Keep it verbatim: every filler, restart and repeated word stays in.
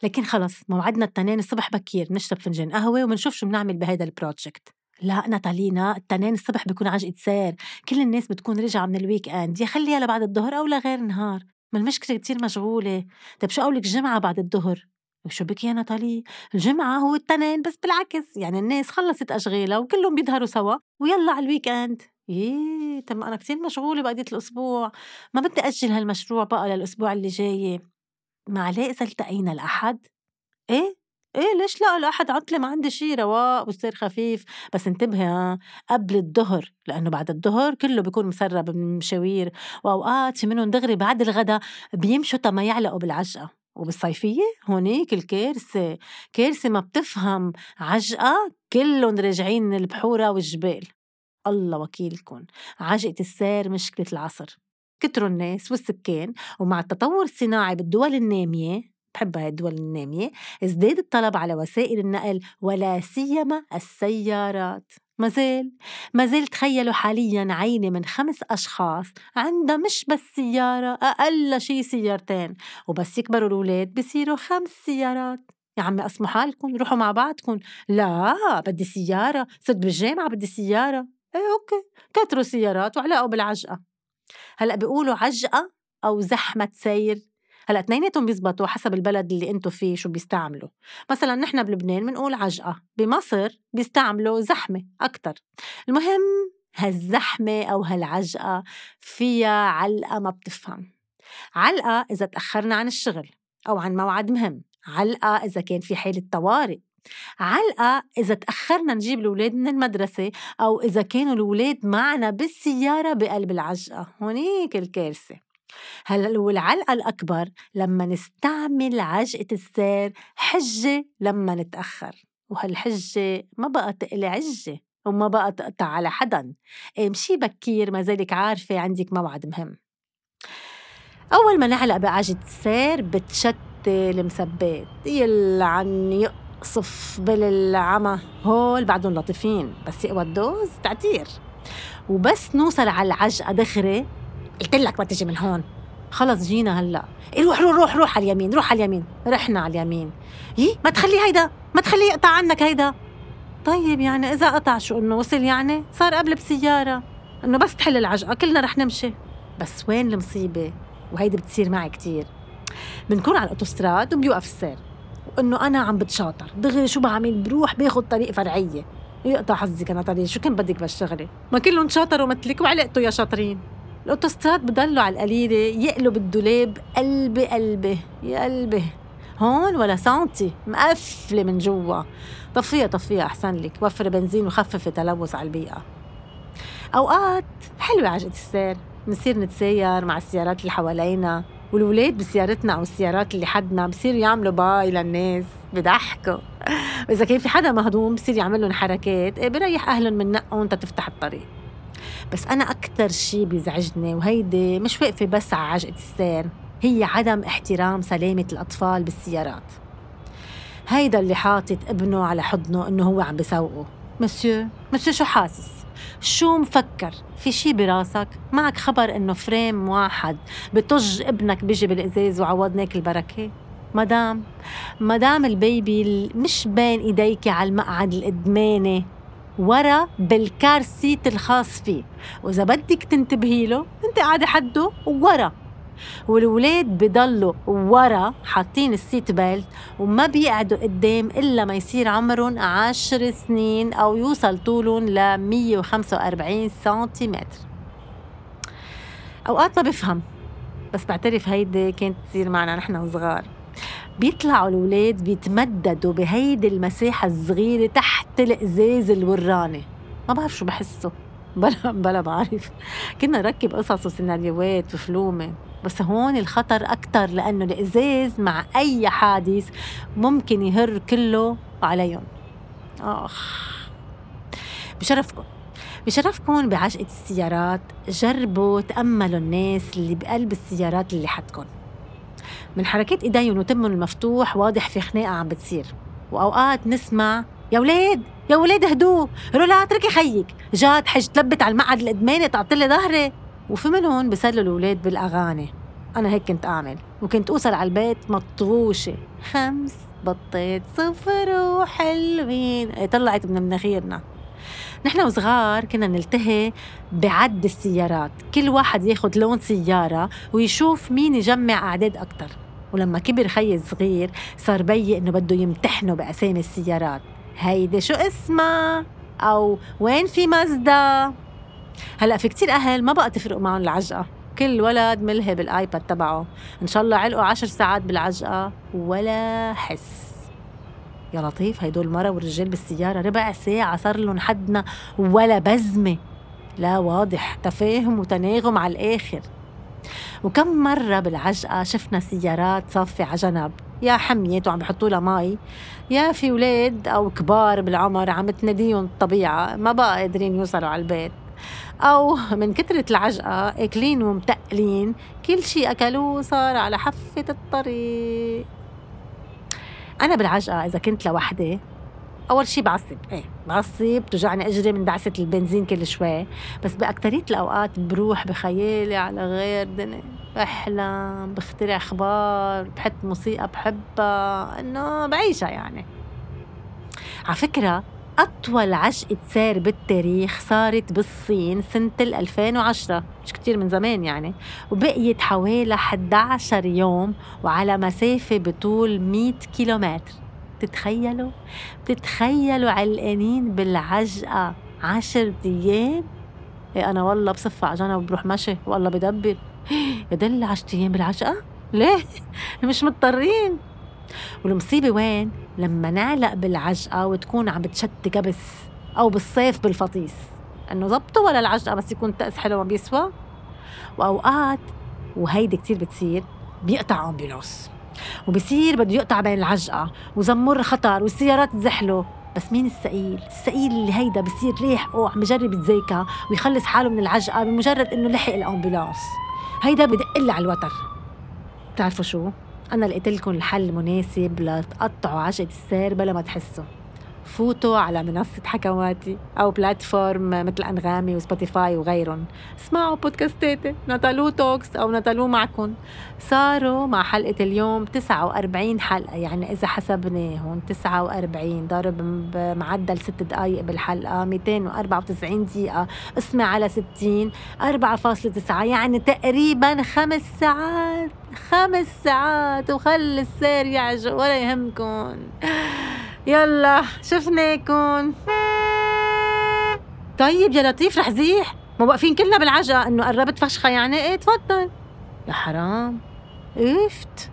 لكن خلص موعدنا التنين الصبح بكير نشرب فنجان قهوة ومنشوف شو بنعمل بهيدا البروجكت. لا ناتالينا، التنين الصبح بيكون عجقة سير، كل الناس بتكون رجع من الويك اند، يا خليها لبعد الظهر أو لغير نهار، ما المشكلة كتير مشغولة. طيب شو قولك جمعة بعد الظهر؟ شو بك يا ناتالي؟ الجمعة هو التنين بس بالعكس، يعني الناس خلصت أشغالها وكلهم بيظهروا سوا ويلا على الويك اند. إيه طب أنا كتير مشغولة بقية الأسبوع، ما بدي أجل هالمشروع بقى للأسبوع اللي جاي. ما عليه إذا التقينا الأحد؟ إيه؟ إيه ليش لأ، الأحد عطلة ما عندي شي، رواق وسير خفيف. بس انتبهي ها، قبل الظهر، لأنه بعد الظهر كله بيكون مسرب من المشاوير، وأوقات في منهم دغري بعد الغدا بيمشوا تما يعلقوا بالعجقة. وبالصيفية هونيك الكارثة، كارثة ما بتفهم عجقة، كلهم راجعين من البحورة والجبال. الله وكيلكن، عجقة السير مشكلة العصر، كتروا الناس والسكان، ومع التطور الصناعي بالدول النامية، بحب هاي الدول النامية، ازداد الطلب على وسائل النقل ولا سيما السيارات. مازال مازال تخيلوا حالياً عينة من خمس أشخاص عندها مش بس سيارة، أقل شي سيارتين، وبس يكبروا الأولاد بيصيروا خمس سيارات. يا عمي أسموا حالكم روحوا مع بعضكم. لا بدي سيارة، صرت بالجامعة بدي سيارة. ايه اوكي، كتروا سيارات وعلقوا بالعجقة. هلأ بيقولوا عجقة أو زحمة سير، هلأ اتنيناتهم بيزبطوا حسب البلد اللي انتو فيه شو بيستعملوا. مثلا نحن بلبنان منقول عجقة، بمصر بيستعملوا زحمة أكتر. المهم هالزحمة أو هالعجقة فيها علقة ما بتفهم. علقة إذا تأخرنا عن الشغل أو عن موعد مهم، علقة إذا كان في حالة طوارئ، علقة إذا تأخرنا نجيب الولاد من المدرسة، أو إذا كانوا الولاد معنا بالسيارة بقلب العجقة. هونيك الكارثة. هلأ والعلقة الأكبر لما نستعمل عجقة السير حجة لما نتأخر، وهالحجة ما بقى تقلي عجة وما بقى تقطع على حدا. امشي بكير ما زالك عارفة عندك موعد مهم. أول ما نعلق بعجقة السير بتشتل المسبات، يلعن يقصف بالعمى، هول بعدهم لطيفين بس يقوى الدوز تعتير. وبس نوصل على العجقة دخرة، قلت لك ما تجي من هون، خلص جينا هلأ. إيه روح روح روح روح على اليمين، روح على اليمين. رحنا على اليمين. يي ما تخلي هيدا، ما تخليه يقطع عنك هيدا. طيب يعني إذا قطع شو إنه وصل، يعني صار قبل بسيارة، إنه بس تحل العجقة كلنا رح نمشي. بس وين المصيبة، وهيدي بتصير معي كتير، بنكون على الأوتوستراد وبيوقف السير، وإنه أنا عم بتشاطر دغري شو بعمل، بروح باخد طريق فرعية. يقطع حظي كان طريق، شو كان بدك بالشغلة، ما كلهم شاطروا مثلك وعلقتوا يا شاطرين. الأوتوستراد بضلوا على القليلة يقلب الدولاب قلبي قلبي يا قلبي، هون ولا سانتي مقفلة من جوا. طفيها طفيها أحسن لك، وفر بنزين وخفف تلوث على البيئة. أوقات حلوة عجقة السير، بنصير نتساير مع السيارات اللي حوالينا، والولاد بسيارتنا أو السيارات اللي حدنا بصير يعملوا باي للناس بضحكوا. وإذا كان في حدا مهضوم بصير يعمل لهم حركات بريح أهلهم من نقهم وانت تفتح الطريق. بس أنا أكتر شي بيزعجني، وهيدي مش واقفة بس على عجقة السير، هي عدم احترام سلامة الأطفال بالسيارات. هيدا اللي حاطط ابنه على حضنه إنه هو عم بيسوقه. مسيو مسيو شو حاسس، شو مفكر، في شي براسك؟ معك خبر إنه فريم واحد بتج ابنك بيجي بالإزاز وعوضناك البركة؟ مدام مدام البيبي مش بين إيديك على المقعد الإدماني، ورا بالكارسيت الخاص فيه، وإذا بدك تنتبهي له انت قاعدة حده ورا، والولاد بيضلوا ورا حاطين السيت بيلت وما بيقعدوا قدام إلا ما يصير عمرهم عشر سنين أو يوصل طولهم ل مية وخمسة وأربعين سنتيمتر. أوقات ما بفهم، بس بعترف هيدي كانت تصير معنا نحن وصغار. بيطلعوا الولاد بيتمددوا بهيدي المساحة الصغيرة تحت الإزاز الوراني، ما بعرف شو بحسه، بلا بلا بعرف. كنا نركب قصص وسيناريوهات وفلومة، بس هون الخطر أكتر، لأنه الإزاز مع أي حادث ممكن يهر كله عليهم. آخ بشرفكم بشرفكم بعجقة السيارات جربوا تأملوا الناس اللي بقلب السيارات اللي حدكم. من حركات إيديهم وتمهم المفتوح واضح في خناقة عم بتصير، وأوقات نسمع يا ولاد يا ولاد اهدوا، رولا اتركي خيك، جات حج تلبت على المقعد الإدماني تعطلي ظهري. وفي منهم بيسلوا الولاد بالأغاني، أنا هيك كنت أعمل، وكنت أوصل على البيت مطروشة. خمس بطيت صفر وحلوين طلعت من مناخيرنا. نحن وصغار كنا نلتهي بعد السيارات، كل واحد ياخد لون سيارة ويشوف مين يجمع أعداد أكتر. ولما كبر خي الصغير صار بيي إنه بده يمتحنه بأسامي السيارات، هيدي شو اسمها، أو وين في مازدا. هلأ في كتير أهل ما بقى تفرق معهم العجقة، كل ولد ملهي بالآيباد تبعه، إن شاء الله علقوا عشر ساعات بالعجقة ولا حس. يا لطيف، هيدول المرة والرجال بالسيارة ربع ساعة صار لهم حدنا ولا بزمة. لا، واضح تفاهم وتناغم على الآخر. وكم مرة بالعجقة شفنا سيارات صافة على جنب، يا حميت وعم بحطوا لها مي، يا في ولاد أو كبار بالعمر عم تناديهم الطبيعة ما بقى قادرين يوصلوا على البيت، أو من كترة العجقة أكلين ومتقلين كل شي أكلوه صار على حافة الطريق. أنا بالعجقة إذا كنت لوحدي أول شي بعصب، إيه بعصب، توجعني أجري من دعسة البنزين كل شوي، بس بأكترية الأوقات بروح بخيالي على غير دنيا، بحلم، بخترع أخبار، بحط موسيقى بحبها، إنه بعيشها يعني. على فكرة أطول عجقة سير بالتاريخ صارت بالصين سنة ألفين وعشرة، مش كتير من زمان يعني، وبقيت حوالي أحد عشر يوم وعلى مسافة بطول مئة كيلومتر. تتخيلوا تتخيلوا علقانين بالعجقة عشر أيام؟ إيه أنا والله بصفى على جنب وبروح مشي والله بدبر. يدل عشر أيام بالعجقة ليه؟ مش مضطرين. والمصيبة وين؟ لما نعلق بالعجقة وتكون عم بتشت كبس، أو بالصيف بالفطيس، إنه زبطوا ولا العجقة بس يكون تأس حلو ما بيسوى. وأوقات وهيدي كتير بتصير بيقطع أمبولانس وبصير بده يقطع بين العجقة وزمر خطر والسيارات تزحله، بس مين السئيل؟ السئيل اللي هيدا بصير ريحه عم بجرب يتزيكا ويخلص حاله من العجقة بمجرد إنه لحق الأمبولانس. هيدا بدق له على الوتر. بتعرفوا شو؟ أنا لقيت لكم الحل مناسب لتقطعوا عجقة السير بلا ما تحسوا. فوتوا على منصة حكواتي أو بلاتفورم مثل أنغامي وسبوتيفاي وغيرهم، اسمعوا بودكاستاتي نطلو توكس أو نطلو معكم. صاروا مع حلقة اليوم تسعة وأربعين حلقة، يعني إذا حسبناهم تسعة وأربعين ضرب بمعدل ست دقايق بالحلقة مئتين وأربعة وتسعين دقيقة، اسمع على ستين أربعة فاصلة تسعة، يعني تقريبا خمس ساعات خمس ساعات وخلي السير يعجق ولا يهمكن. يلا شفناكن. طيب يا لطيف رح زيح، ما واقفين كلنا بالعجقة إنه قربت فشخة يعني. ايه تفضل. يا حرام، قفت.